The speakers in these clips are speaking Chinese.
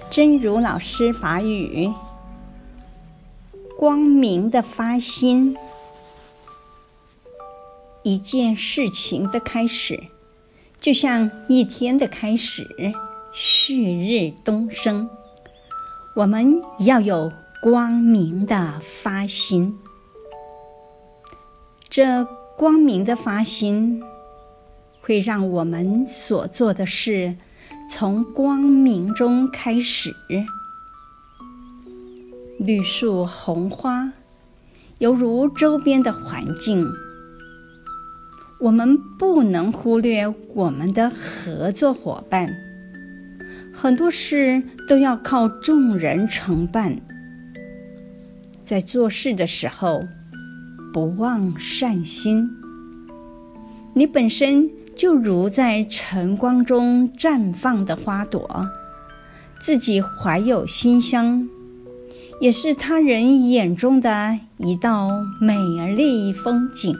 真如老师法语，光明的发心。一件事情的开始，就像一天的开始，旭日东升。我们要有光明的发心。这光明的发心，会让我们所做的事从光明中开始。绿树红花，犹如周边的环境，我们不能忽略我们的合作伙伴。很多事都要靠众人承办。在做事的时候，不忘善心。你本身就如在晨光中绽放的花朵，自己怀有馨香，也是他人眼中的一道美丽风景。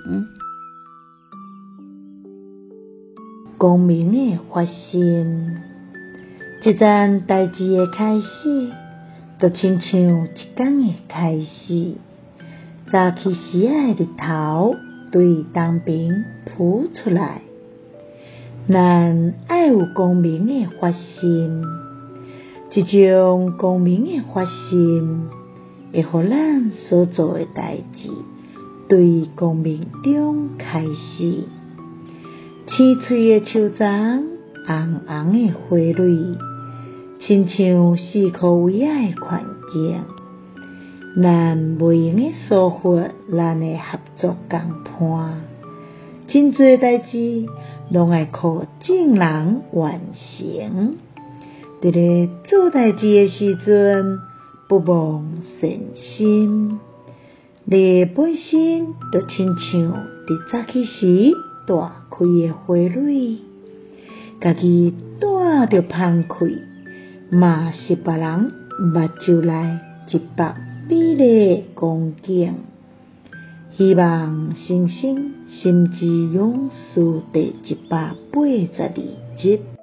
光明的发心，一件代志的开始，就亲像一天的开始。早起时的日头对东边浮出来，咱爱有光明的发心。这种光明的发心，会互咱所做的代志对光明中开始。青翠的树丛，红红的花蕊，亲像四khu位的环境。咱袂用的疏忽咱的合作共伴，真侪代志拢爱靠众人完成。伫咧做代志的时阵，不忘善心。你本身就亲像伫早起时大开的花蕊，家己带着芳开，嘛是别人目睭内一幅美丽的光景。希望新生心之勇士第182集。